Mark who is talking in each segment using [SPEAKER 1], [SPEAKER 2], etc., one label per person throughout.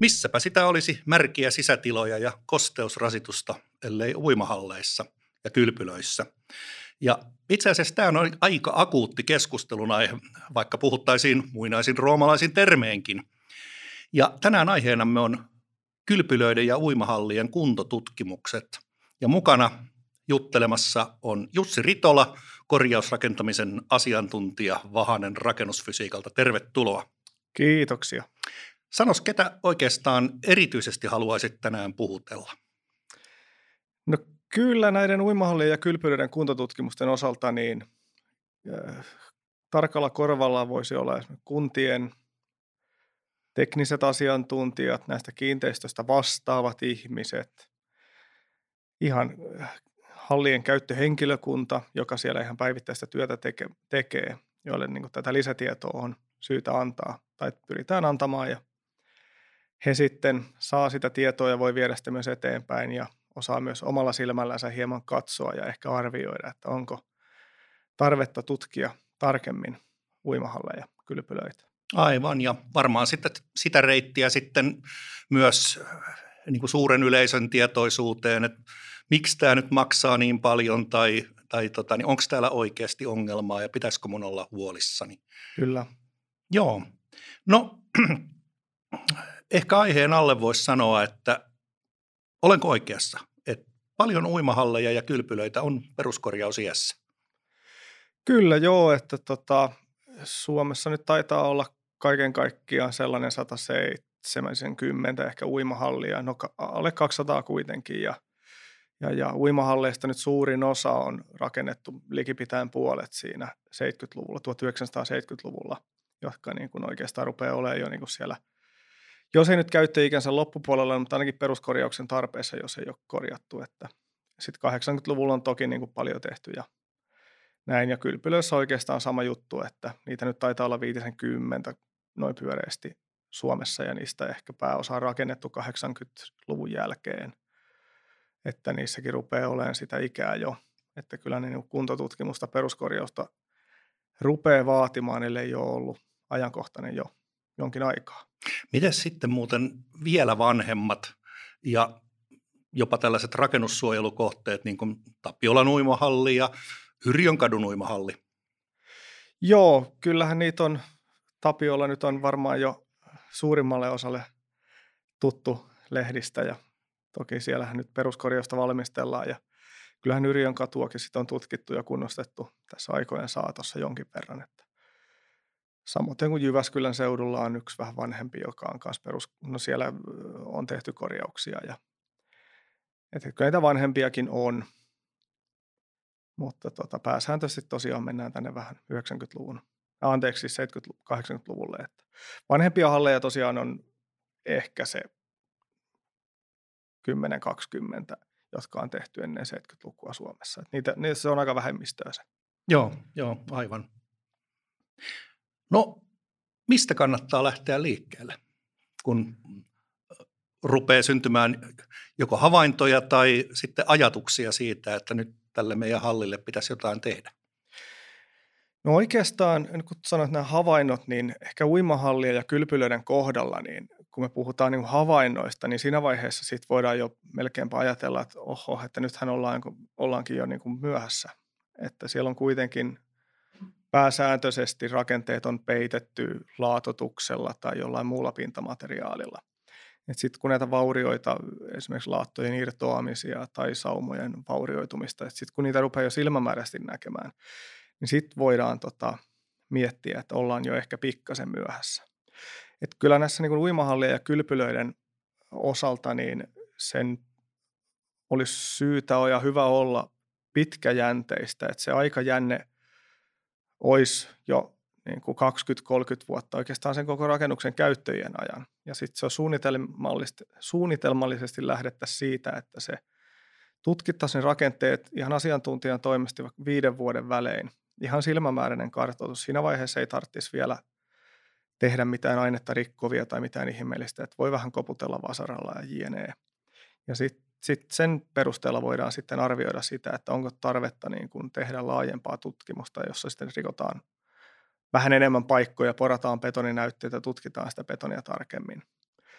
[SPEAKER 1] Missäpä sitä olisi märkiä sisätiloja ja kosteusrasitusta, ellei uimahalleissa ja kylpylöissä. Ja itse asiassa tämä on aika akuutti keskustelun aihe, vaikka puhuttaisiin muinaisin roomalaisin termeenkin. Ja tänään aiheenamme on kylpylöiden ja uimahallien kuntotutkimukset. Ja mukana juttelemassa on Jussi Ritola, korjausrakentamisen asiantuntija Vahanen rakennusfysiikalta. Tervetuloa.
[SPEAKER 2] Kiitoksia.
[SPEAKER 1] Sanois, ketä oikeastaan erityisesti haluaisit tänään puhutella?
[SPEAKER 2] No kyllä näiden uimahallien ja kylpylöiden kuntotutkimusten osalta niin tarkalla korvalla voisi olla esimerkiksi kuntien tekniset asiantuntijat, näistä kiinteistöistä vastaavat ihmiset, ihan hallien käyttöhenkilökunta, joka siellä ihan päivittäistä työtä tekee, joille niin kuin tätä lisätietoa on syytä antaa tai pyritään antamaan ja he sitten saa sitä tietoa ja voi viedä sitä myös eteenpäin ja osaa myös omalla silmällänsä hieman katsoa ja ehkä arvioida, että onko tarvetta tutkia tarkemmin uimahalleja, kylpylöitä.
[SPEAKER 1] Aivan, ja varmaan sitten sitä reittiä sitten myös niin kuin suuren yleisön tietoisuuteen, että miksi tämä nyt maksaa niin paljon tai niin onko täällä oikeasti ongelmaa ja pitäisikö mun olla huolissani.
[SPEAKER 2] Kyllä.
[SPEAKER 1] Joo, no ehkä aiheen alle voisi sanoa, että olenko oikeassa, että paljon uimahalleja ja kylpylöitä on peruskorjausiässä.
[SPEAKER 2] Kyllä joo, että Suomessa nyt taitaa olla kaiken kaikkiaan sellainen 170 ehkä uimahallia, no alle 200 kuitenkin ja uimahalleista nyt suurin osa on rakennettu likipitäen puolet siinä 70-luvulla, 1970-luvulla, jotka niin kuin oikeastaan rupeaa olemaan jo niin kuin siellä, jos ei nyt käyttöikänsä loppupuolella, mutta ainakin peruskorjauksen tarpeessa, jos ei ole korjattu, että sitten 80-luvulla on toki niin kuin paljon tehty ja näin, ja kylpylöissä oikeastaan sama juttu, että niitä nyt taitaa olla 50 noin pyöreästi Suomessa, ja niistä ehkä pääosa on rakennettu 80-luvun jälkeen, että niissäkin rupeaa olemaan sitä ikää jo, että kyllä niin kuntotutkimusta, peruskorjausta rupeaa vaatimaan, ellei ole ollut ajankohtainen jo jonkin aikaa.
[SPEAKER 1] Miten sitten muuten vielä vanhemmat ja jopa tällaiset rakennussuojelukohteet, niin kuin Tapiolan uimahalli ja Yrjönkadun uimahalli?
[SPEAKER 2] Joo, kyllähän niitä on, Tapiola nyt on varmaan jo suurimmalle osalle tuttu lehdistä ja toki siellähän nyt peruskorjausta valmistellaan ja kyllähän Yrjönkatuakin sitten on tutkittu ja kunnostettu tässä aikojen saatossa jonkin verran. Että samoin kuin Jyväskylän seudulla on yksi vähän vanhempi, joka on kanssa siellä on tehty korjauksia ja että kyllä niitä vanhempiakin on, mutta pääsääntöisesti tosiaan mennään tänne vähän 90-luvun, siis 70-80-luvulle. Että vanhempia halleja tosiaan on ehkä se 10-20, jotka on tehty ennen 70-lukua Suomessa. Niitä se on aika vähemmistöä se.
[SPEAKER 1] Joo, aivan. No, mistä kannattaa lähteä liikkeelle, kun rupeaa syntymään joko havaintoja tai sitten ajatuksia siitä, että nyt tälle meidän hallille pitäisi jotain tehdä?
[SPEAKER 2] No oikeastaan, kun sanoit nämä havainnot, niin ehkä uimahallien ja kylpylöiden kohdalla, niin kun me puhutaan niin havainnoista, niin siinä vaiheessa sit voidaan jo melkeinpä ajatella, että että nythän ollaankin jo niin kuin myöhässä. Että siellä on kuitenkin pääsääntöisesti rakenteet on peitetty laatotuksella tai jollain muulla pintamateriaalilla. Sitten kun näitä vaurioita, esimerkiksi laattojen irtoamisia tai saumojen vaurioitumista, että sitten kun niitä rupeaa jo silmämääräisesti näkemään, niin sitten voidaan miettiä, että ollaan jo ehkä pikkasen myöhässä. Että kyllä näissä niin kuin uimahallien ja kylpylöiden osalta niin sen olisi syytä ja hyvä olla pitkäjänteistä, että se aikajänne olisi jo niin kuin 20-30 vuotta oikeastaan sen koko rakennuksen käyttöjen ajan. Ja sitten se on suunnitelmallisesti lähdettäisiin siitä, että se tutkittaisiin ne rakenteet ihan asiantuntijan toimesta 5 vuoden välein. Ihan silmämääräinen kartoitus. Siinä vaiheessa ei tarvitsisi vielä tehdä mitään ainetta rikkovia tai mitään ihmeellistä, että voi vähän koputella vasaralla ja jne. Ja sitten sen perusteella voidaan sitten arvioida sitä, että onko tarvetta niin kuin tehdä laajempaa tutkimusta, jossa sitten rikotaan vähän enemmän paikkoja, porataan betoninäytteitä ja tutkitaan sitä betonia tarkemmin.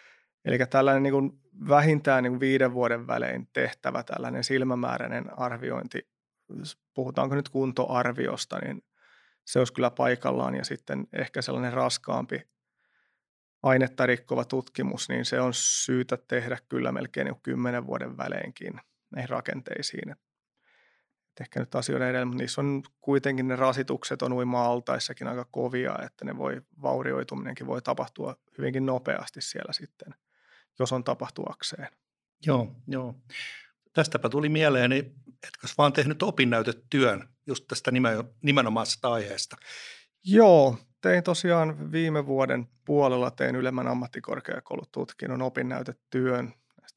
[SPEAKER 2] Eli tällainen niin kuin vähintään niin kuin 5 vuoden välein tehtävä tällainen silmämääräinen arviointi, puhutaanko nyt kuntoarviosta, niin se olisi kyllä paikallaan. Ja sitten ehkä sellainen raskaampi ainetta rikkova tutkimus, niin se on syytä tehdä kyllä melkein niin 10 vuoden väleinkin näihin rakenteisiin. Et ehkä nyt asioiden edellä, mutta niissä on kuitenkin ne rasitukset on uima-altaissakin aika kovia, että ne vaurioituminenkin voi tapahtua hyvinkin nopeasti siellä sitten, jos on tapahtuakseen.
[SPEAKER 1] Joo. Tästäpä tuli mieleeni, etkös vaan tehnyt opinnäytetyön just tästä nimenomaisesta aiheesta?
[SPEAKER 2] Joo, tein tosiaan viime vuoden puolella ylemmän ammattikorkeakoulututkinnon opinnäytetyön näistä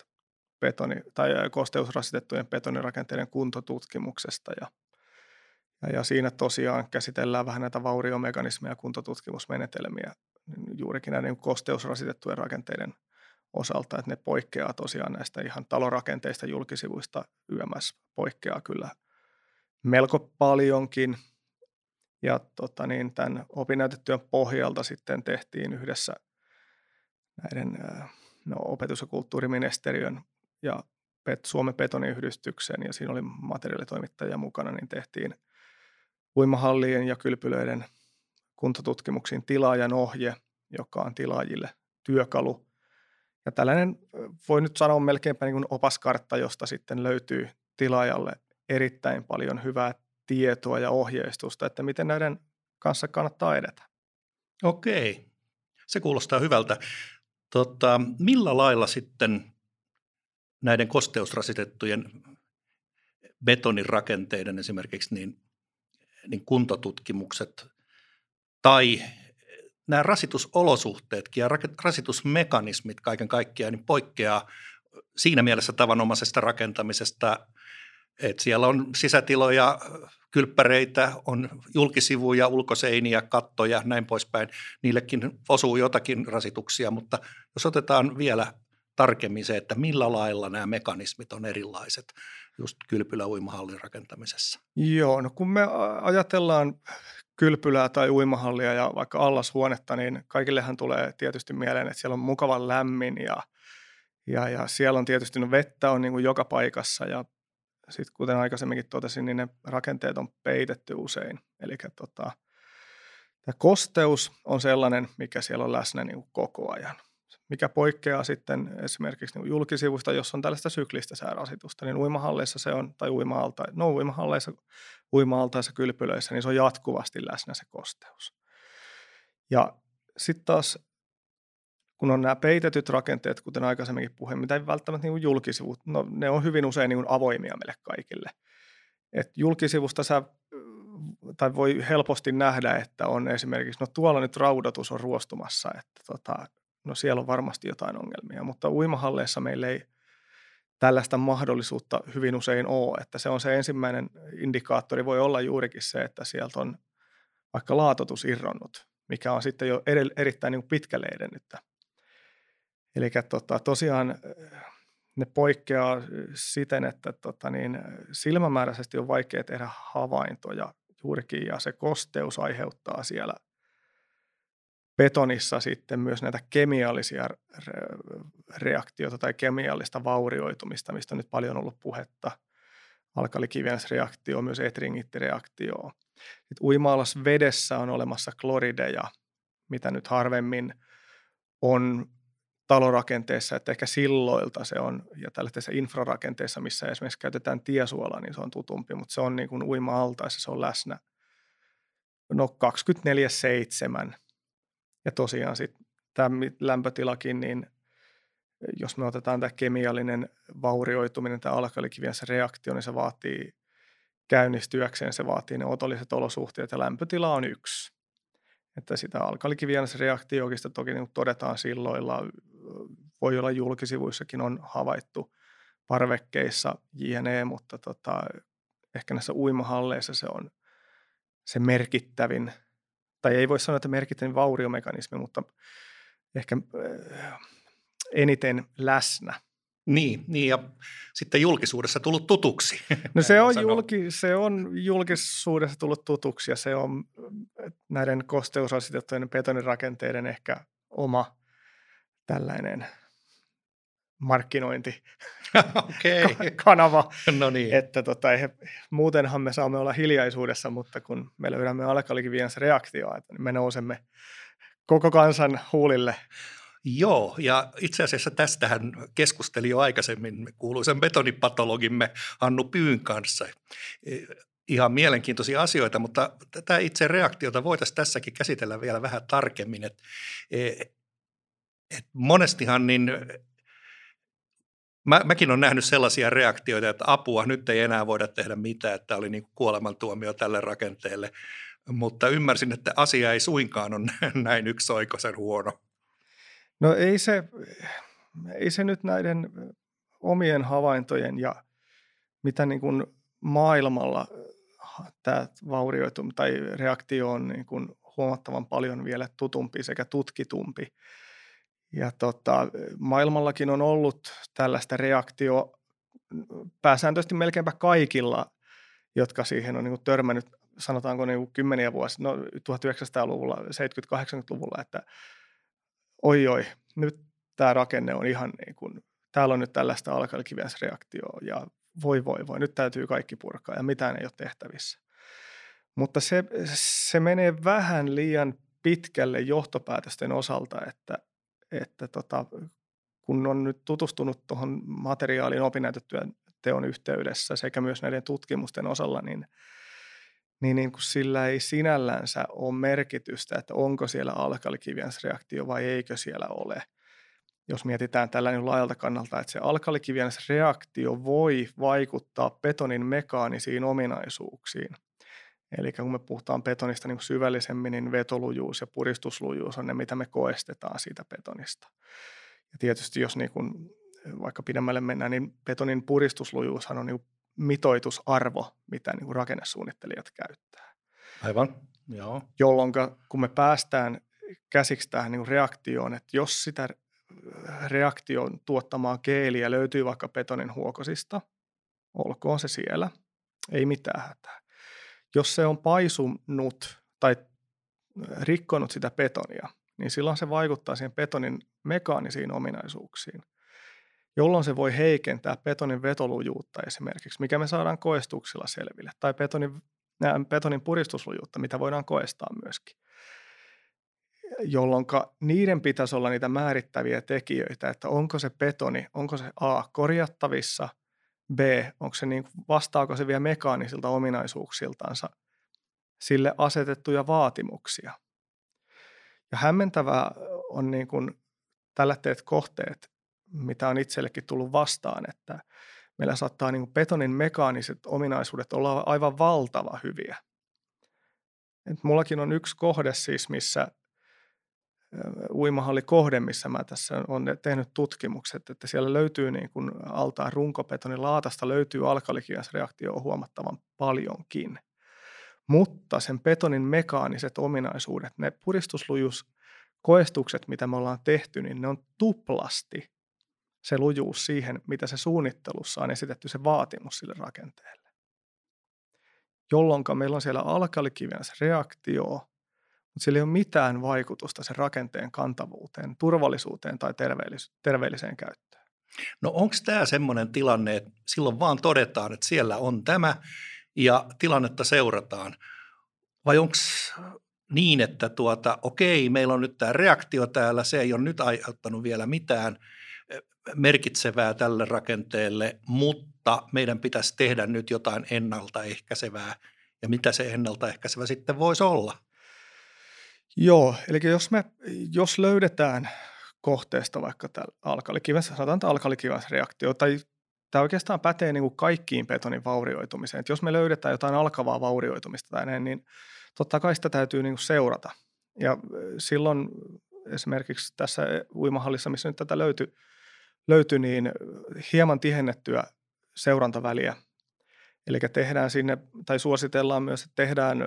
[SPEAKER 2] kosteusrasitettujen betonirakenteiden kuntotutkimuksesta ja siinä tosiaan käsitellään vähän näitä vauriomekanismeja ja kuntotutkimusmenetelmiä juurikin näiden kosteusrasitettujen rakenteiden osalta, että ne poikkeaa tosiaan näistä ihan talorakenteista, julkisivuista YMS poikkeaa kyllä melko paljonkin. Ja tämän opinnäytetyön pohjalta sitten tehtiin yhdessä näiden opetus- ja kulttuuriministeriön ja Suomen Betoniyhdistyksen, ja siinä oli materiaalitoimittajia mukana, niin tehtiin uimahallien ja kylpylöiden kuntotutkimuksiin tilaajan ohje, joka on tilaajille työkalu. Ja tällainen voi nyt sanoa melkeinpä niin kuin opaskartta, josta sitten löytyy tilaajalle erittäin paljon hyvää tietoa ja ohjeistusta, että miten näiden kanssa kannattaa edetä.
[SPEAKER 1] Okei, se kuulostaa hyvältä. Millä lailla sitten näiden kosteusrasitettujen betonirakenteiden esimerkiksi niin kuntotutkimukset tai nämä rasitusolosuhteetkin ja rasitusmekanismit kaiken kaikkiaan niin poikkeaa siinä mielessä tavanomaisesta rakentamisesta, että siellä on sisätiloja, kylppäreitä, on julkisivuja, ulkoseiniä, kattoja, näin poispäin. Niillekin osuu jotakin rasituksia, mutta jos otetaan vielä tarkemmin se, että millä lailla nämä mekanismit on erilaiset just kylpylä-uimahallin rakentamisessa.
[SPEAKER 2] Joo, no kun me ajatellaan kylpylää tai uimahallia ja vaikka allashuonetta, niin kaikillehan tulee tietysti mieleen, että siellä on mukavan lämmin ja siellä on tietysti vettä on niin kuin joka paikassa ja sitten kuten aikaisemminkin totesin, niin ne rakenteet on peitetty usein. Eli tämä kosteus on sellainen, mikä siellä on läsnä niin kuin koko ajan. Mikä poikkeaa sitten esimerkiksi niin julkisivuista, jos on tällaista syklistä säärasitusta, niin uimahalleissa se on, tai uima-altaissa, kylpylöissä, niin se on jatkuvasti läsnä se kosteus. Ja sitten taas, kun on nämä peitetyt rakenteet, kuten aikaisemminkin puhuin, mitä ei välttämättä niin julkisivut, no ne on hyvin usein niin avoimia meille kaikille. Et julkisivusta tai voi helposti nähdä, että on esimerkiksi, no tuolla nyt raudoitus on ruostumassa, että no siellä on varmasti jotain ongelmia, mutta uimahalleissa meillä ei tällaista mahdollisuutta hyvin usein ole, että se on se ensimmäinen indikaattori, voi olla juurikin se, että sieltä on vaikka laatoitus irronnut, mikä on sitten jo erittäin niin pitkälle edennyttä. Eli tosiaan ne poikkeaa siten, että silmämääräisesti on vaikea tehdä havaintoja juurikin, ja se kosteus aiheuttaa siellä betonissa sitten myös näitä kemiallisia reaktioita tai kemiallista vaurioitumista, mistä on nyt paljon ollut puhetta. Alkalikiviennäisreaktio, myös etringittireaktio. Uima-alas vedessä on olemassa klorideja, mitä nyt harvemmin on talorakenteessa, että ehkä silloilta se on, ja tällaisessa infrarakenteessa, missä esimerkiksi käytetään tiesuolaa, niin se on tutumpi, mutta se on niin kuin uima-altaissa, se on läsnä 24/7. Ja tosiaan sitten tämä lämpötilakin, niin jos me otetaan tämä kemiallinen vaurioituminen, tämä alkalikiviennäisreaktio, niin se vaatii käynnistyäkseen, se vaatii ne otolliset olosuhteet ja lämpötila on 1. Että sitä alkalikiviennäisreaktioa toki niin todetaan silloilla, voi olla julkisivuissakin on havaittu parvekkeissa jne, mutta ehkä näissä uimahalleissa se on se merkittävin, tai ei voi sanoa, että merkittävin vauriomekanismi, mutta ehkä eniten läsnä.
[SPEAKER 1] Niin, ja sitten julkisuudessa tullut tutuksi.
[SPEAKER 2] No se on julkisuudessa tullut tutuksi, ja se on näiden kosteusrasitettujen betonirakenteiden ehkä oma tällainen markkinointi
[SPEAKER 1] Okei,
[SPEAKER 2] kanava,
[SPEAKER 1] no niin.
[SPEAKER 2] että muutenhan me saamme olla hiljaisuudessa, mutta kun me löydämme alkalikiviensä reaktioa, niin me nousemme koko kansan huulille.
[SPEAKER 1] Joo, ja itse asiassa tästähän keskusteli jo aikaisemmin kuuluisen betonipatologimme Hannu Pyyn kanssa. Ihan mielenkiintoisia asioita, mutta tätä itse reaktiota voitaisiin tässäkin käsitellä vielä vähän tarkemmin. Monestihan niin mäkin olen nähnyt sellaisia reaktioita, että apua, nyt ei enää voida tehdä mitään, että oli niin kuin kuolemantuomio tälle rakenteelle, mutta ymmärsin, että asia ei suinkaan ole näin yksioikoisen huono.
[SPEAKER 2] No ei se nyt näiden omien havaintojen ja mitä niin kuin maailmalla tämä vaurioituminen tai reaktio on niin kuin huomattavan paljon vielä tutumpi sekä tutkitumpi. Ja maailmallakin on ollut tällaista reaktio pääsääntöisesti melkeinpä kaikilla, jotka siihen on niin kuin törmännyt, sanotaanko niin kuin kymmeniä vuosia, 1900-luvulla, 70-80-luvulla, että oi, nyt tämä rakenne on ihan niin kuin, täällä on nyt tällaista alkalikiviensreaktioa ja voi, nyt täytyy kaikki purkaa ja mitään ei ole tehtävissä. Mutta se menee vähän liian pitkälle johtopäätösten osalta, että kun on nyt tutustunut tuohon materiaalin opinnäytetyön teon yhteydessä sekä myös näiden tutkimusten osalla, niin kun sillä ei sinällänsä ole merkitystä, että onko siellä alkalikiviensreaktio vai eikö siellä ole. Jos mietitään tällainen laajalta kannalta, että se alkalikiviensreaktio voi vaikuttaa betonin mekaanisiin ominaisuuksiin. Eli kun me puhutaan betonista niin syvällisemmin, niin vetolujuus ja puristuslujuus on ne, mitä me koestetaan siitä betonista. Ja tietysti jos niin kun vaikka pidemmälle mennään, niin betonin puristuslujuushan on niin mitoitusarvo, mitä niin rakennesuunnittelijat käyttää.
[SPEAKER 1] Aivan, joo.
[SPEAKER 2] Jolloin kun me päästään käsiksi tähän niin reaktioon, että jos sitä reaktion tuottamaa geeliä löytyy vaikka betonin huokosista, olkoon se siellä, ei mitään hätää. Jos se on paisunut tai rikkonut sitä betonia, niin silloin se vaikuttaa siihen betonin mekaanisiin ominaisuuksiin, jolloin se voi heikentää betonin vetolujuutta esimerkiksi, mikä me saadaan koestuksilla selville, tai betonin puristuslujuutta, mitä voidaan koestaa myöskin, jolloin niiden pitäisi olla niitä määrittäviä tekijöitä, että onko se betoni, onko se A korjattavissa, B, onko se vastaako se vielä mekaanisilta ominaisuuksiltansa sille asetettuja vaatimuksia. Ja hämmentävää on niin kuin tällaiset kohteet, mitä on itsellekin tullut vastaan, että meillä saattaa niin kuin betonin mekaaniset ominaisuudet olla aivan valtava hyviä. Et mullakin on yksi kohde siis, missä uimahallikohde, missä mä tässä olen tehnyt tutkimukset, että siellä löytyy niin kuin altaan runkobetonin laatasta löytyy alkalikiviensreaktioa huomattavan paljonkin. Mutta sen betonin mekaaniset ominaisuudet, ne puristuslujuuskoestukset, mitä me ollaan tehty, niin ne on tuplasti se lujuus siihen, mitä se suunnittelussa on esitetty se vaatimus sille rakenteelle. Jolloin meillä on siellä alkalikiviensreaktio, mutta sillä ei ole mitään vaikutusta sen rakenteen kantavuuteen, turvallisuuteen tai terveelliseen käyttöön.
[SPEAKER 1] No onko tämä semmoinen tilanne, että silloin vaan todetaan, että siellä on tämä ja tilannetta seurataan? Vai onko niin, että okei, meillä on nyt tämä reaktio täällä, se ei ole nyt aiheuttanut vielä mitään merkitsevää tälle rakenteelle, mutta meidän pitäisi tehdä nyt jotain ennaltaehkäisevää. Ja mitä se ennaltaehkäisevä sitten voisi olla?
[SPEAKER 2] Joo, eli jos löydetään kohteesta vaikka alkalikivensreaktio, tai tämä oikeastaan pätee niin kuin kaikkiin betonin vaurioitumiseen. Että jos me löydetään jotain alkavaa vaurioitumista tai näin, niin totta kai sitä täytyy niin kuin seurata. Ja silloin esimerkiksi tässä uimahallissa, missä nyt tätä löytyi niin hieman tihennettyä seurantaväliä. Eli tehdään sinne, tai suositellaan myös, että tehdään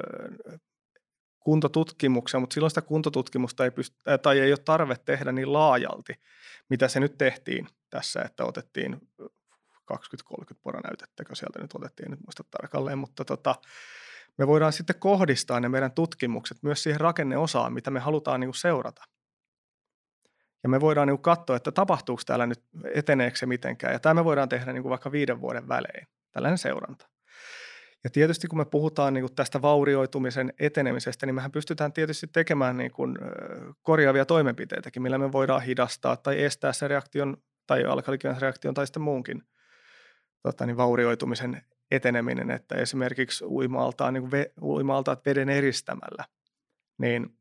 [SPEAKER 2] kuntotutkimuksia, mutta silloin sitä kuntotutkimusta ei ole tarve tehdä niin laajalti, mitä se nyt tehtiin tässä, että otettiin 20-30 poranäytettä, sieltä nyt otettiin, nyt muista tarkalleen, mutta me voidaan sitten kohdistaa ne meidän tutkimukset myös siihen rakenneosaan, mitä me halutaan niin kuin seurata. Ja me voidaan niin kuin katsoa, että tapahtuuko täällä nyt, eteneekö se mitenkään. Ja tämä me voidaan tehdä niin kuin vaikka 5 vuoden välein, tällainen seuranta. Ja tietysti kun me puhutaan niin kuin tästä vaurioitumisen etenemisestä, niin mehän pystytään tietysti tekemään niin kuin korjaavia toimenpiteitäkin, millä me voidaan hidastaa tai estää se reaktion tai alkalikivenreaktion tai sitten muunkin vaurioitumisen eteneminen, että esimerkiksi uima-altaat veden eristämällä, niin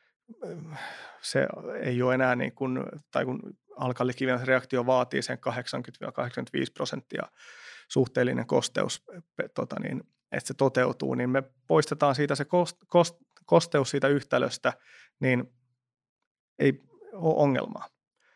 [SPEAKER 2] se ei ole enää niin kuin, tai kun alkalikivenreaktio vaatii sen 80-85% suhteellinen kosteus, että se toteutuu, niin me poistetaan siitä se kosteus siitä yhtälöstä, niin ei ole ongelmaa.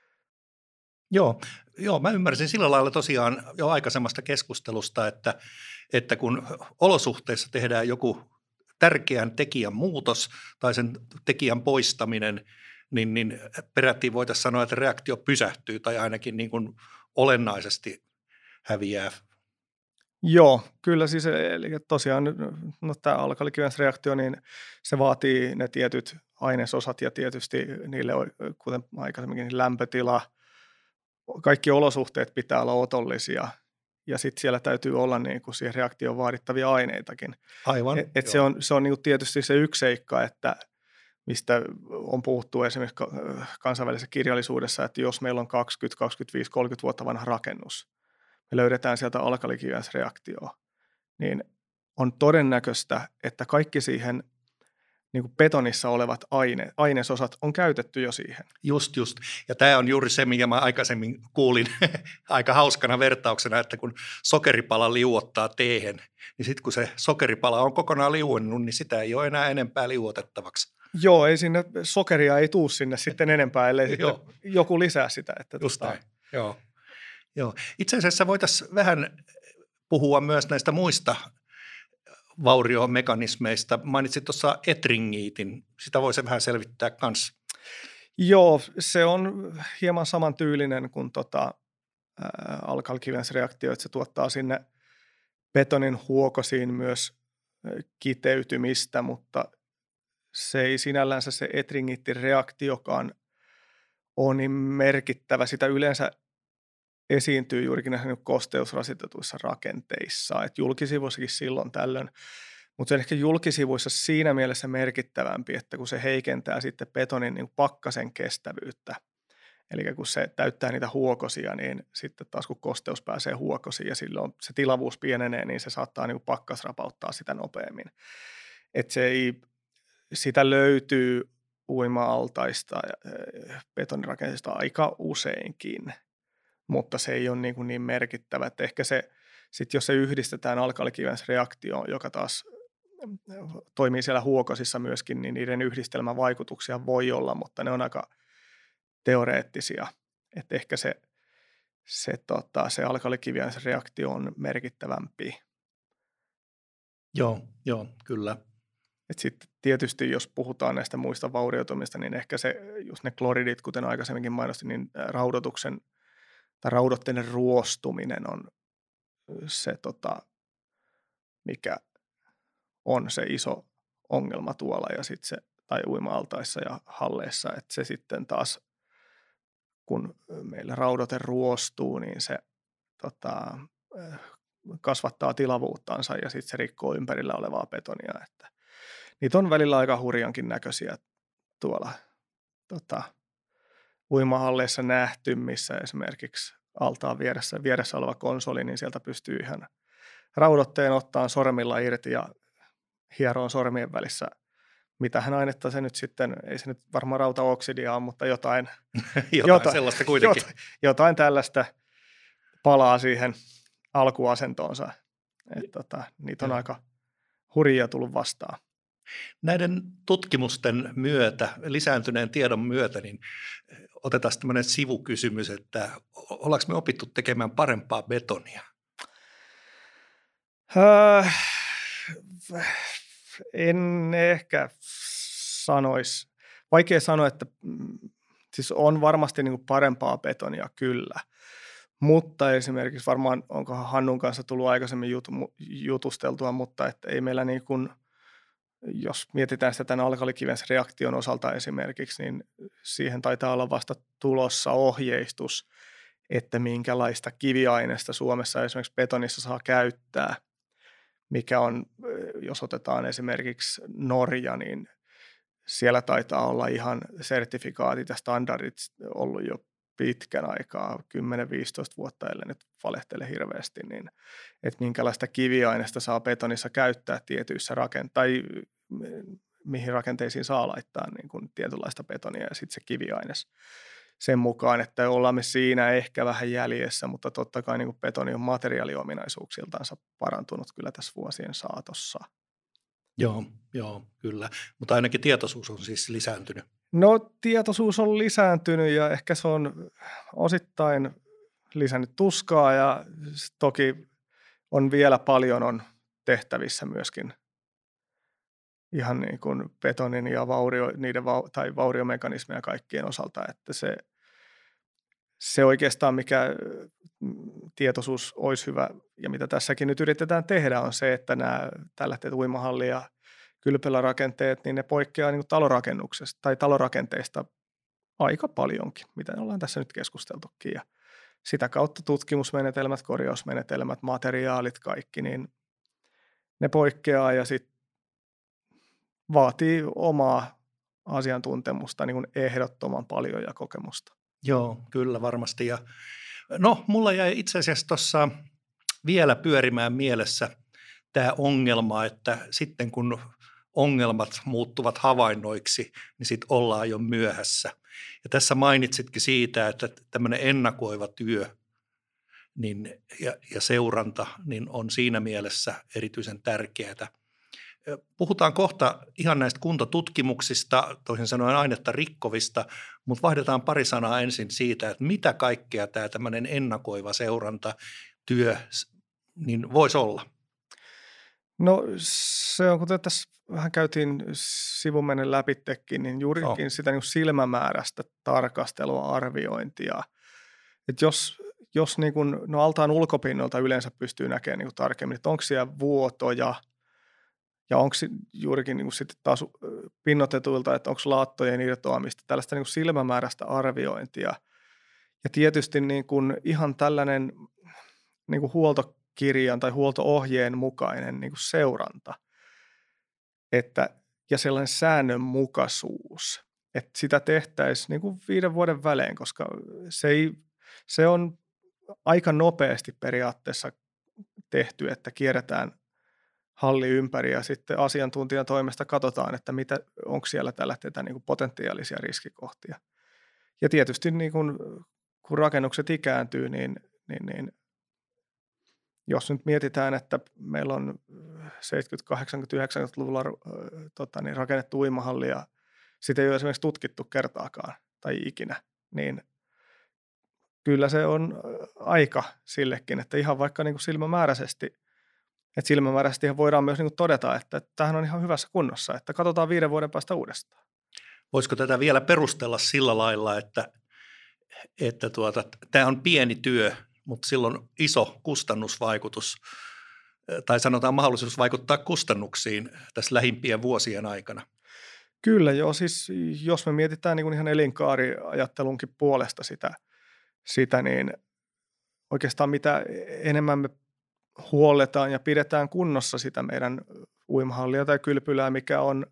[SPEAKER 1] Joo, mä ymmärsin sillä lailla tosiaan jo aikaisemmasta keskustelusta, että kun olosuhteissa tehdään joku tärkeän tekijän muutos tai sen tekijän poistaminen, niin peräti voitaisiin sanoa, että reaktio pysähtyy tai ainakin niin kuin olennaisesti häviää.
[SPEAKER 2] Joo, kyllä siis, eli tosiaan tämä alkalikivenreaktio, niin se vaatii ne tietyt ainesosat ja tietysti niille, kuten aikaisemminkin, niin lämpötila, kaikki olosuhteet pitää olla otollisia ja sitten siellä täytyy olla niin kuin siihen reaktioon vaadittavia aineitakin.
[SPEAKER 1] Aivan.
[SPEAKER 2] Se on niin kuin tietysti se yksi seikka, että mistä on puhuttu esimerkiksi kansainvälisessä kirjallisuudessa, että jos meillä on 20, 25, 30 vuotta vanha rakennus, me löydetään sieltä alkalikivenreaktioa, niin on todennäköistä, että kaikki siihen niin kuin betonissa olevat ainesosat on käytetty jo siihen.
[SPEAKER 1] Just. Ja tämä on juuri se, minkä mä aikaisemmin kuulin aika hauskana vertauksena, että kun sokeripala liuottaa teehen, niin sitten kun se sokeripala on kokonaan liuennut, niin sitä ei ole enää enempää liuotettavaksi.
[SPEAKER 2] Joo, ei sinne sokeria ei tuu sinne sitten enempää, ellei sitten joku lisää sitä. Että
[SPEAKER 1] just näin, joo. Itse asiassa voitaisiin vähän puhua myös näistä muista vauriomekanismeista. Mainitsit tuossa etringiitin. Sitä voisi vähän selvittää kanssa.
[SPEAKER 2] Joo, se on hieman samantyylinen kuin alkalikivenreaktio, että se tuottaa sinne betonin huokosiin myös kiteytymistä, mutta se ei sinällänsä se etringiittireaktiokaan ole niin merkittävä. Sitä yleensä esiintyy juurikin näissä kosteusrasitetuissa rakenteissa, että julkisivuissakin silloin tällöin, mutta se on ehkä julkisivuissa siinä mielessä merkittävämpi, että kun se heikentää sitten betonin niin pakkasen kestävyyttä, eli kun se täyttää niitä huokosia, niin sitten taas kun kosteus pääsee huokosiin ja silloin se tilavuus pienenee, niin se saattaa niin pakkas rapauttaa sitä nopeammin. Että se ei, sitä löytyy uima-altaista betonirakenteista aika useinkin, mutta se ei ole niin merkittävä, että ehkä se, sit jos se yhdistetään alkalikivenreaktioon, joka taas toimii siellä huokosissa myöskin, niin niiden yhdistelmävaikutuksia voi olla, mutta ne on aika teoreettisia, että ehkä se alkalikivenreaktio on merkittävämpi.
[SPEAKER 1] Joo, kyllä.
[SPEAKER 2] Sitten tietysti, jos puhutaan näistä muista vaurioitumista, niin ehkä se, just ne kloridit, kuten aikaisemminkin mainostin, niin raudotteiden ruostuminen on se, mikä on se iso ongelma tuolla ja sitten se, tai uima-altaissa ja halleissa, että se sitten taas, kun meillä raudote ruostuu, niin se kasvattaa tilavuuttansa ja sitten se rikkoo ympärillä olevaa betonia, että niitä on välillä aika hurjankin näköisiä tuolla uimahalleissa nähty, missä esimerkiksi altaan vieressä oleva konsoli, niin sieltä pystyy ihan raudotteen ottaa sormilla irti ja hieroon sormien välissä. Mitähän ainetta se nyt sitten, ei se nyt varmaan rautaoksidia ole, mutta jotain
[SPEAKER 1] sellaista kuitenkin.
[SPEAKER 2] Jotain tällaista palaa siihen alkuasentoonsa. Niitä on aika hurjia tullut vastaan.
[SPEAKER 1] Näiden tutkimusten myötä, lisääntyneen tiedon myötä, niin otetaan tämmöinen sivukysymys, että ollaanko me opittu tekemään parempaa betonia?
[SPEAKER 2] En ehkä sanoisi. Vaikea sanoa, että siis on varmasti niin kuin parempaa betonia kyllä, mutta esimerkiksi varmaan onkohan Hannun kanssa tullut aikaisemmin jutusteltua, mutta että ei meillä niin kuin jos mietitään sitä tämän alkalikivensreaktion osalta esimerkiksi, niin siihen taitaa olla vasta tulossa ohjeistus, että minkälaista kiviaineesta Suomessa esimerkiksi betonissa saa käyttää, mikä on, jos otetaan esimerkiksi Norja, niin siellä taitaa olla ihan sertifikaatit ja standardit ollut jo pitkän aikaa, 10-15 vuotta, ellei nyt valehtele hirveästi, niin että minkälaista kiviaineesta saa betonissa käyttää tietyissä tai mihin rakenteisiin saa laittaa niin kuin tietynlaista betonia ja sitten se kiviaines sen mukaan, että ollaan me siinä ehkä vähän jäljessä, mutta totta kai niin kuin betoni on materiaaliominaisuuksiltansa parantunut kyllä tässä vuosien saatossa.
[SPEAKER 1] Joo, kyllä. Mutta ainakin tietoisuus on siis lisääntynyt.
[SPEAKER 2] No tietoisuus on lisääntynyt ja ehkä se on osittain lisännyt tuskaa ja toki on vielä paljon on tehtävissä myöskin ihan niin kuin betonin ja tai vauriomekanismeja kaikkien osalta, että se oikeastaan mikä tietoisuus olisi hyvä ja mitä tässäkin nyt yritetään tehdä on se, että nämä tällaiset uimahalli- ja kylpylärakenteet, niin ne poikkeaa niin kuin talorakennuksesta tai talorakenteista aika paljonkin, mitä ollaan tässä nyt keskusteltukin ja sitä kautta tutkimusmenetelmät, korjausmenetelmät, materiaalit, kaikki, niin ne poikkeaa ja sitten vaatii omaa asiantuntemusta niin kuin ehdottoman paljon ja kokemusta.
[SPEAKER 1] Joo, kyllä varmasti. Ja no, mulla jäi itse asiassa tuossa vielä pyörimään mielessä tämä ongelma, että sitten kun ongelmat muuttuvat havainnoiksi, niin sitten ollaan jo myöhässä. Ja tässä mainitsitkin siitä, että tämmöinen ennakoiva työ ja seuranta niin on siinä mielessä erityisen tärkeää. Puhutaan kohta ihan näistä kuntotutkimuksista, toisin sanoen ainetta rikkovista, mutta vaihdetaan pari sanaa ensin siitä, että mitä kaikkea tämä tämmöinen ennakoiva seurantatyö niin voisi olla.
[SPEAKER 2] No se on, kuten tässä vähän käytiin sivumennen läpittekin, niin juurikin sitä niin silmämääräistä tarkastelua, arviointia. Että jos niin kuin, no altaan ulkopinnolta yleensä pystyy näkemään niin kuin tarkemmin, että onko siellä vuotoja, ja onko juurikin niin kuin sitten taas pinnotetuilta, että onko laattojen irtoamista, tällaista niin kuin silmämääräistä arviointia. Ja tietysti niin kuin ihan tällainen niin kuin huoltokirjan tai huolto-ohjeen mukainen niin kuin seuranta ja sellainen säännönmukaisuus, että sitä tehtäisiin niin kuin 5 vuoden välein, koska se on aika nopeasti periaatteessa tehty, että kierretään halli ympäri ja sitten asiantuntijan toimesta katsotaan, että onko siellä tällä hetkellä niin kuin potentiaalisia riskikohtia. Ja tietysti niin kuin, kun rakennukset ikääntyy, niin jos nyt mietitään, että meillä on 70-, 80-, 90-luvulla niin rakennettu uimahalli ja sitä ei ole esimerkiksi tutkittu kertaakaan tai ikinä, niin kyllä se on aika sillekin, että ihan vaikka niin kuin silmämääräisesti voidaan myös niin kuin todeta, että tämähän on ihan hyvässä kunnossa, että katsotaan 5 vuoden päästä uudestaan.
[SPEAKER 1] Voisiko tätä vielä perustella sillä lailla, että tämä on pieni työ, mutta sillä on iso kustannusvaikutus, tai sanotaan mahdollisuus vaikuttaa kustannuksiin tässä lähimpien vuosien aikana?
[SPEAKER 2] Kyllä joo, siis jos me mietitään niin kuin ihan elinkaariajattelunkin puolesta sitä, niin oikeastaan mitä enemmän me huolletaan ja pidetään kunnossa sitä meidän uimahallia tai kylpylää, mikä on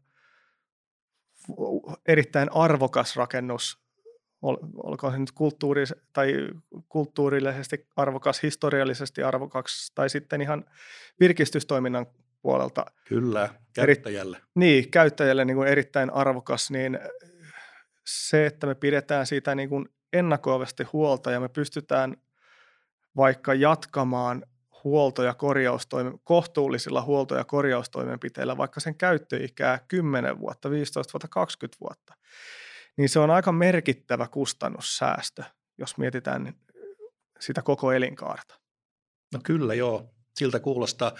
[SPEAKER 2] erittäin arvokas rakennus, olkoon se nyt kulttuurillisesti arvokas, historiallisesti arvokas tai sitten ihan virkistystoiminnan puolelta.
[SPEAKER 1] Kyllä, käyttäjälle.
[SPEAKER 2] Käyttäjälle niin kuin erittäin arvokas, niin se, että me pidetään siitä niin kuin ennakoivasti huolta ja me pystytään vaikka jatkamaan kohtuullisilla huolto- ja korjaustoimenpiteillä vaikka sen käyttöikää 10 vuotta, 15 vuotta, 20 vuotta, niin se on aika merkittävä kustannussäästö, jos mietitään sitä koko elinkaarta.
[SPEAKER 1] No kyllä joo, siltä kuulostaa.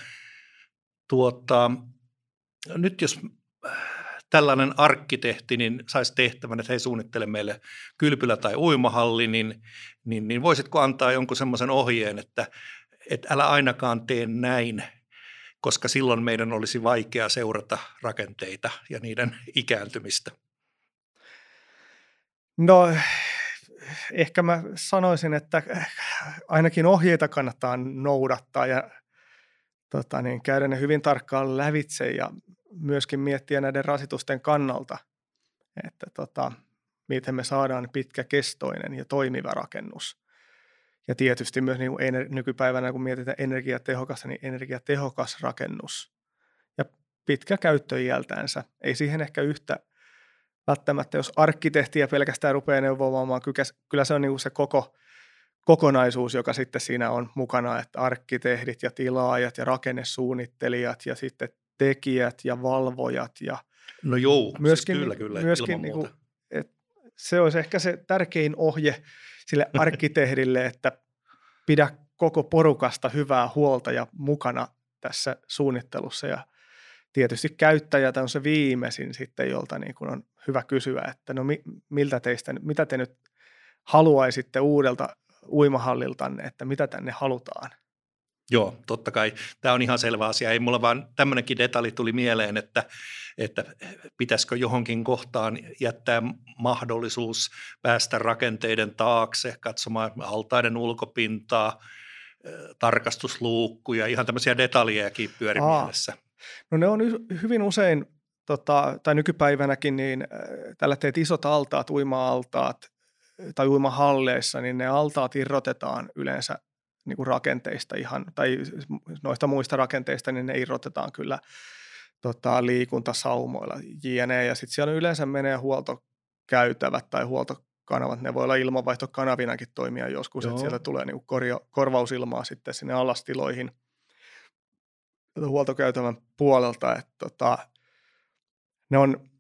[SPEAKER 1] Nyt jos tällainen arkkitehti niin saisi tehtävän, että he suunnittele meille kylpylä tai uimahalli, niin voisitko antaa jonkun semmoisen ohjeen, että älä ainakaan tee näin, koska silloin meidän olisi vaikea seurata rakenteita ja niiden ikääntymistä.
[SPEAKER 2] No ehkä mä sanoisin, että ainakin ohjeita kannattaa noudattaa ja käydä ne hyvin tarkkaan lävitse ja myöskin miettiä näiden rasitusten kannalta, että miten me saadaan pitkäkestoinen ja toimiva rakennus. Ja tietysti myös niin nykypäivänä, kun mietitään energiatehokasta, niin energiatehokas rakennus ja pitkä käyttöiältänsä. Ei siihen ehkä yhtä välttämättä, jos arkkitehtiä pelkästään rupeaa neuvomaan, kyllä se on niin kuin se koko kokonaisuus, joka sitten siinä on mukana, että arkkitehdit ja tilaajat ja rakennesuunnittelijat ja sitten tekijät ja valvojat. Ja
[SPEAKER 1] no joo,
[SPEAKER 2] myöskin,
[SPEAKER 1] siis kyllä
[SPEAKER 2] myöskin
[SPEAKER 1] ilman muuta.
[SPEAKER 2] Se olisi ehkä se tärkein ohje sille arkkitehdille, että pidä koko porukasta hyvää huolta ja mukana tässä suunnittelussa. Ja tietysti käyttäjät on se viimeisin sitten, jolta niin kuin on hyvä kysyä, että no mitä te nyt haluaisitte uudelta uimahalliltanne, että mitä tänne halutaan?
[SPEAKER 1] Joo, totta kai. Tämä on ihan selvä asia. Ei mulla vaan tämmöinenkin detalji tuli mieleen, että pitäisikö johonkin kohtaan jättää mahdollisuus päästä rakenteiden taakse, katsomaan altaiden ulkopintaa, tarkastusluukkuja, ihan tämmöisiä detaljejakin pyöri mielessä.
[SPEAKER 2] No ne on hyvin usein, tai nykypäivänäkin, niin tällä teet isot altaat, uima-altaat tai uimahalleissa, niin ne altaat irrotetaan yleensä niin kuin rakenteista ihan, tai noista muista rakenteista, niin ne irrotetaan kyllä liikuntasaumoilla jne. Ja sitten siellä yleensä menee huoltokäytävät tai huoltokanavat, ne voi olla ilmanvaihtokanavinakin toimia joskus, että sieltä tulee niin kuin korvausilmaa sitten sinne alastiloihin huoltokäytävän puolelta, että ne on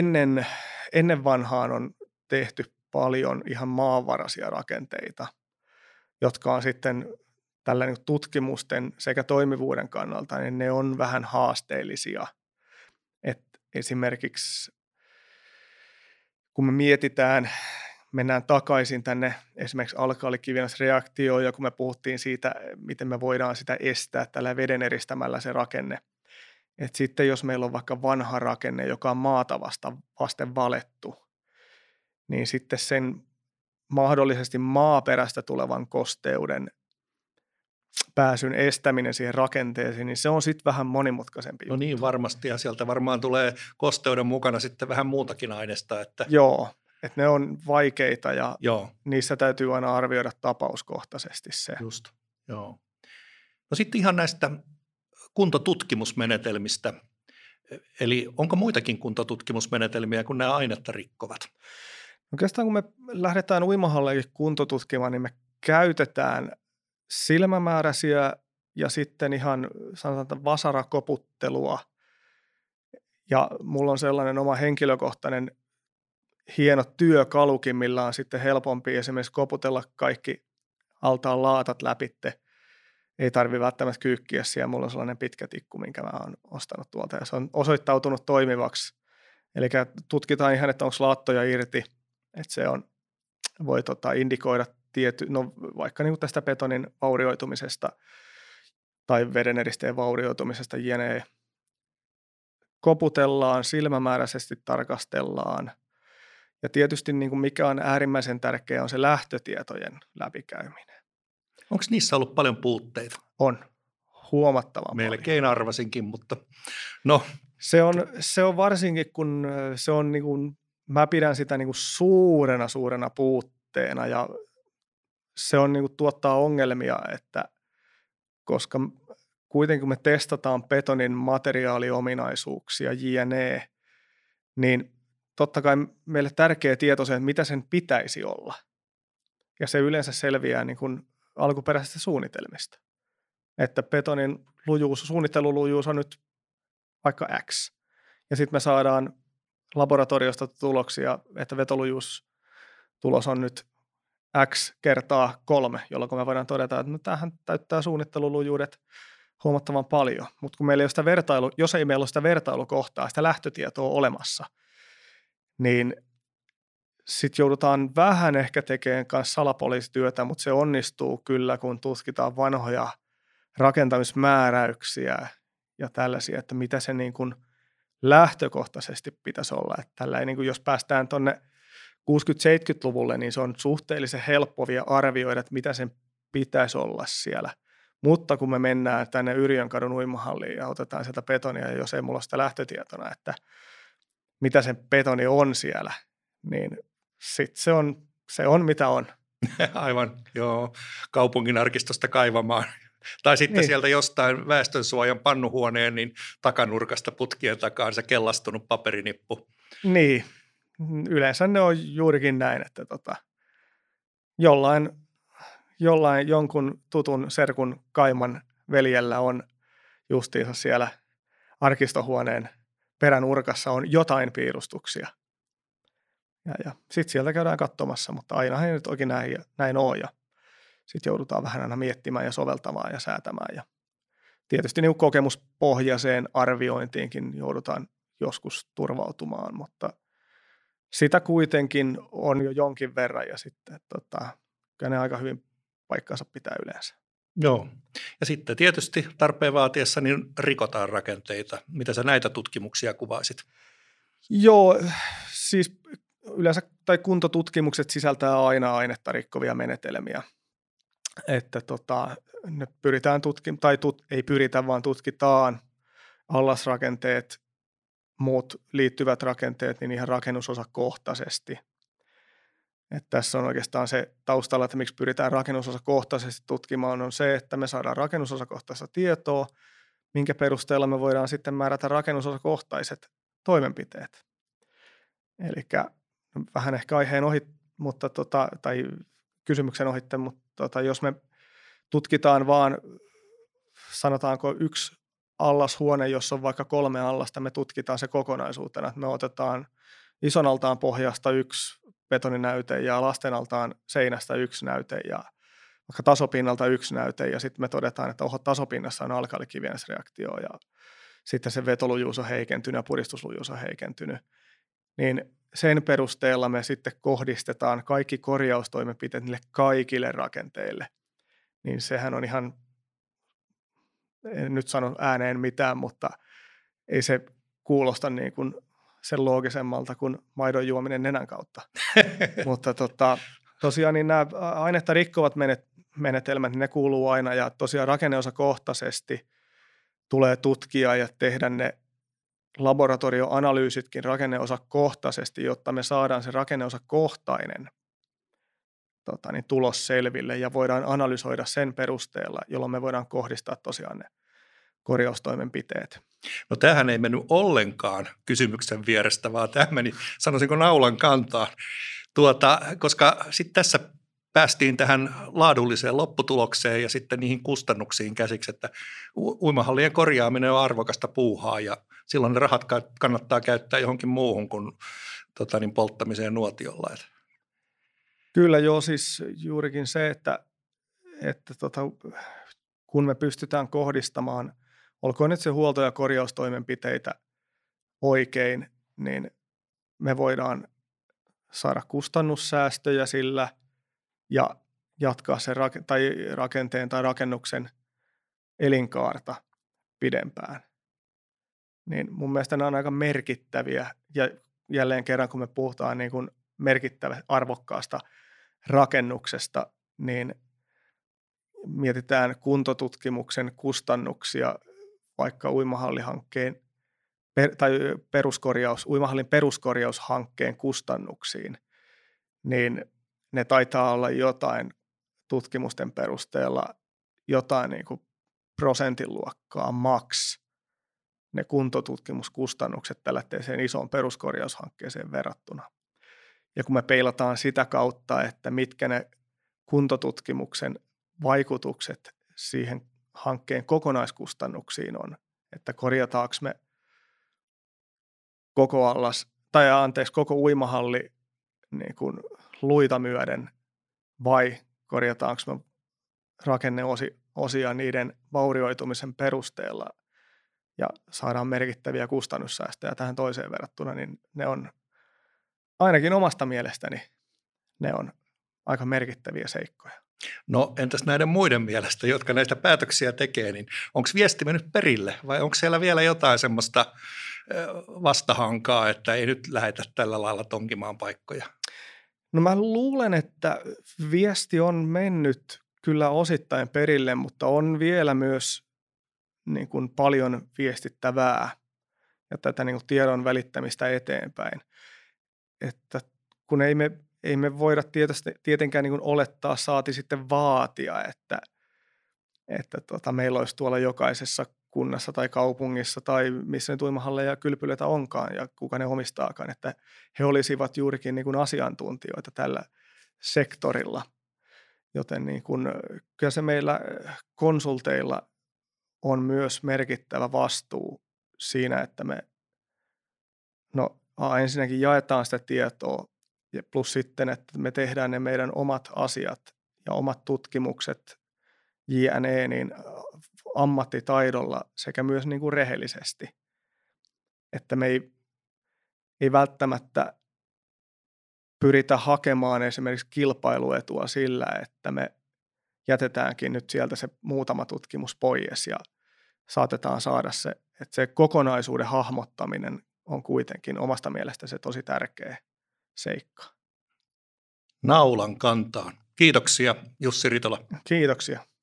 [SPEAKER 2] ennen vanhaan on tehty paljon ihan maanvaraisia rakenteita, jotka on sitten tällä niin tutkimusten sekä toimivuuden kannalta, niin ne on vähän haasteellisia. Et esimerkiksi kun me mennään takaisin tänne esimerkiksi alkaalikivennäisreaktioon, ja kun me puhuttiin siitä, miten me voidaan sitä estää tällä veden eristämällä se rakenne. Et sitten jos meillä on vaikka vanha rakenne, joka on maata vasten valettu, niin sitten sen mahdollisesti maaperästä tulevan kosteuden pääsyn estäminen siihen rakenteeseen, niin se on sitten vähän monimutkaisempi.
[SPEAKER 1] No niin, varmasti, ja sieltä varmaan tulee kosteuden mukana sitten vähän muutakin aineesta. Että...
[SPEAKER 2] Joo, että ne on vaikeita ja niissä täytyy aina arvioida tapauskohtaisesti se.
[SPEAKER 1] Just, joo. No sitten ihan näistä kuntotutkimusmenetelmistä, eli onko muitakin kuntotutkimusmenetelmiä kuin nämä ainetta rikkovat?
[SPEAKER 2] Oikeastaan kun me lähdetään uimahalleihin kuntotutkimaan, niin me käytetään silmämääräisiä ja sitten ihan sanotaan vasarakoputtelua. Ja mulla on sellainen oma henkilökohtainen hieno työkalukin, millä on sitten helpompi esimerkiksi koputella kaikki altaan laatat läpitte. Ei tarvitse välttämättä kyykkiä siellä. Mulla on sellainen pitkä tikku, minkä mä oon ostanut tuolta ja se on osoittautunut toimivaksi. Eli tutkitaan ihan, että onko laattoja irti, että se voi indikoida vaikka niin kuin tästä betonin vaurioitumisesta tai vedeneristeen vaurioitumisesta jne. Koputellaan, silmämääräisesti tarkastellaan. Ja tietysti niin kuin mikä on äärimmäisen tärkeää on se lähtötietojen läpikäyminen.
[SPEAKER 1] Onko niissä ollut paljon puutteita?
[SPEAKER 2] On. Huomattavan
[SPEAKER 1] melkein
[SPEAKER 2] paljon.
[SPEAKER 1] Arvasinkin, mutta no.
[SPEAKER 2] Se on varsinkin, kun se on niin kuin, mä pidän sitä niin kuin suurena puutteena ja se on niin kuin tuottaa ongelmia, että koska kuitenkin kun me testataan betonin materiaaliominaisuuksia jne, niin totta kai meille tärkeä tieto se, että mitä sen pitäisi olla. Ja se yleensä selviää niin kuin alkuperäisistä suunnitelmista. Että betonin suunnittelulujuus on nyt vaikka X. Ja sitten me saadaan laboratoriosta tuloksia, että vetolujuustulos on nyt X kertaa 3, jolloin me voidaan todeta, että no tämähän täyttää suunnittelulujuudet huomattavan paljon. Mutta kun meillä ei ole jos ei meillä ole sitä vertailukohtaa, sitä lähtötietoa olemassa, niin sitten joudutaan vähän ehkä tekemään myös salapoliisityötä, mutta se onnistuu kyllä, kun tutkitaan vanhoja rakentamismääräyksiä ja tällaisia, että mitä se niin kuin lähtökohtaisesti pitäisi olla. Että tällä ei, niin kuin jos päästään tuonne 60-70-luvulle, niin se on suhteellisen helppo vielä arvioida, että mitä sen pitäisi olla siellä. Mutta kun me mennään tänne Yrjönkadun uimahalliin ja otetaan sieltä betonia, ja jos ei mulla ole sitä lähtötietona, että mitä se betoni on siellä, niin sitten se on mitä on.
[SPEAKER 1] Aivan, joo, kaupungin arkistosta kaivamaan. Tai sitten
[SPEAKER 2] Niin.
[SPEAKER 1] sieltä jostain väestönsuojan pannuhuoneen niin takanurkasta putkien takaan se kellastunut paperinippu.
[SPEAKER 2] Niin, yleensä ne on juurikin näin, että jonkun tutun serkun kaiman veljellä on justiinsa siellä arkistohuoneen peränurkassa on jotain piirustuksia. Ja sitten sieltä käydään katsomassa, mutta aina ei nyt oikein näin ole. Ja sitten joudutaan vähän aina miettimään ja soveltamaan ja säätämään. Ja tietysti niin kokemuspohjaiseen arviointiinkin joudutaan joskus turvautumaan, mutta sitä kuitenkin on jo jonkin verran ja sitten kyllä ne aika hyvin paikkansa pitää yleensä.
[SPEAKER 1] Joo, ja sitten tietysti tarpeen vaatiessa niin rikotaan rakenteita. Mitä sä näitä tutkimuksia kuvaisit?
[SPEAKER 2] Joo, siis yleensä tai kuntotutkimukset sisältää aina ainetta rikkovia menetelmiä. Että ne pyritään ei pyritä, vaan tutkitaan allasrakenteet, muut liittyvät rakenteet, niin ihan rakennusosakohtaisesti. Että tässä on oikeastaan se taustalla, että miksi pyritään rakennusosakohtaisesti tutkimaan, on se, että me saadaan rakennusosakohtaista tietoa, minkä perusteella me voidaan sitten määrätä rakennusosakohtaiset toimenpiteet. Eli vähän ehkä aiheen ohi, mutta tai kysymyksen ohitte, mutta jos me tutkitaan vaan, sanotaanko yksi allashuone, jossa on vaikka 3 allasta, me tutkitaan se kokonaisuutena. Me otetaan ison altaan pohjasta yksi betoninäyte ja lasten altaan seinästä yksi näyte ja vaikka tasopinnalta yksi näyte ja sitten me todetaan, että tasopinnassa on alkalikiviennäisreaktio ja sitten se vetolujuus on heikentynyt ja puristuslujuus on heikentynyt. Niin sen perusteella me sitten kohdistetaan kaikki korjaustoimenpiteet niille kaikille rakenteille. Niin sehän on ihan, en nyt sano ääneen mitään, mutta ei se kuulosta niin kuin sen loogisemmalta kuin maidon juominen nenän kautta. Mutta tosiaan niin nämä ainetta rikkovat menetelmät, niin ne kuuluu aina ja tosiaan rakenneosakohtaisesti tulee tutkia ja tehdä ne laboratorioanalyysitkin rakenneosakohtaisesti, jotta me saadaan se rakenneosakohtainen tulos selville ja voidaan analysoida sen perusteella, jolloin me voidaan kohdistaa tosiaan ne korjaustoimenpiteet.
[SPEAKER 1] No tämähän ei mennyt ollenkaan kysymyksen vierestä, vaan tämä meni, sanoisinko naulan kantaan, koska sitten tässä päästiin tähän laadulliseen lopputulokseen ja sitten niihin kustannuksiin käsiksi, että uimahallien korjaaminen on arvokasta puuhaa ja silloin ne rahat kannattaa käyttää johonkin muuhun kuin polttamiseen nuotiolla.
[SPEAKER 2] Kyllä joo, siis juurikin se, että kun me pystytään kohdistamaan, olkoon nyt se huolto- ja korjaustoimenpiteitä oikein, niin me voidaan saada kustannussäästöjä sillä ja jatkaa sen rakenteen tai rakennuksen elinkaarta pidempään. Niin mun mielestä nämä on aika merkittäviä ja jälleen kerran kun me puhutaan niin kuin merkittävä arvokkaasta rakennuksesta, niin mietitään kuntotutkimuksen kustannuksia vaikka uimahallihankkeen uimahallin peruskorjaushankkeen kustannuksiin, niin ne taitaa olla jotain tutkimusten perusteella jotain niin kuin prosentin luokkaa maks ne kuntotutkimuskustannukset tällaiseen isoon peruskorjaushankkeeseen verrattuna. Ja kun me peilataan sitä kautta, että mitkä ne kuntotutkimuksen vaikutukset siihen hankkeen kokonaiskustannuksiin on, että korjataanko me koko uimahalli niin kuin luita myöden vai korjataanko me rakenneosia niiden vaurioitumisen perusteella ja saadaan merkittäviä kustannussäästöjä tähän toiseen verrattuna, niin ne on ainakin omasta mielestäni ne on aika merkittäviä seikkoja.
[SPEAKER 1] No entäs näiden muiden mielestä, jotka näitä päätöksiä tekee, niin onko viesti mennyt perille vai onko siellä vielä jotain semmoista vastahankaa, että ei nyt lähetä tällä lailla tonkimaan paikkoja?
[SPEAKER 2] No mä luulen, että viesti on mennyt kyllä osittain perille, mutta on vielä myös niin kuin paljon viestittävää ja tätä niin kuin tiedon välittämistä eteenpäin. Että kun ei me voida tietenkään niin kuin olettaa, saati sitten vaatia, että meillä olisi tuolla jokaisessa kunnassa tai kaupungissa tai missä nyt uimahalleja ja kylpylöitä onkaan ja kuka ne omistaakaan, että he olisivat juurikin niin kuin asiantuntijoita tällä sektorilla. Joten niin kuin, kyllä se meillä konsulteilla on myös merkittävä vastuu siinä, että me ensinnäkin jaetaan sitä tietoa ja plus sitten, että me tehdään ne meidän omat asiat ja omat tutkimukset JNE niin ammattitaidolla sekä myös niin kuin rehellisesti. Että me ei välttämättä pyritä hakemaan esimerkiksi kilpailuetua sillä, että me jätetäänkin nyt sieltä se muutama tutkimus pois ja saatetaan saada se, että se kokonaisuuden hahmottaminen on kuitenkin omasta mielestä se tosi tärkeä seikka.
[SPEAKER 1] Naulan kantaan. Kiitoksia Jussi Ritola.
[SPEAKER 2] Kiitoksia.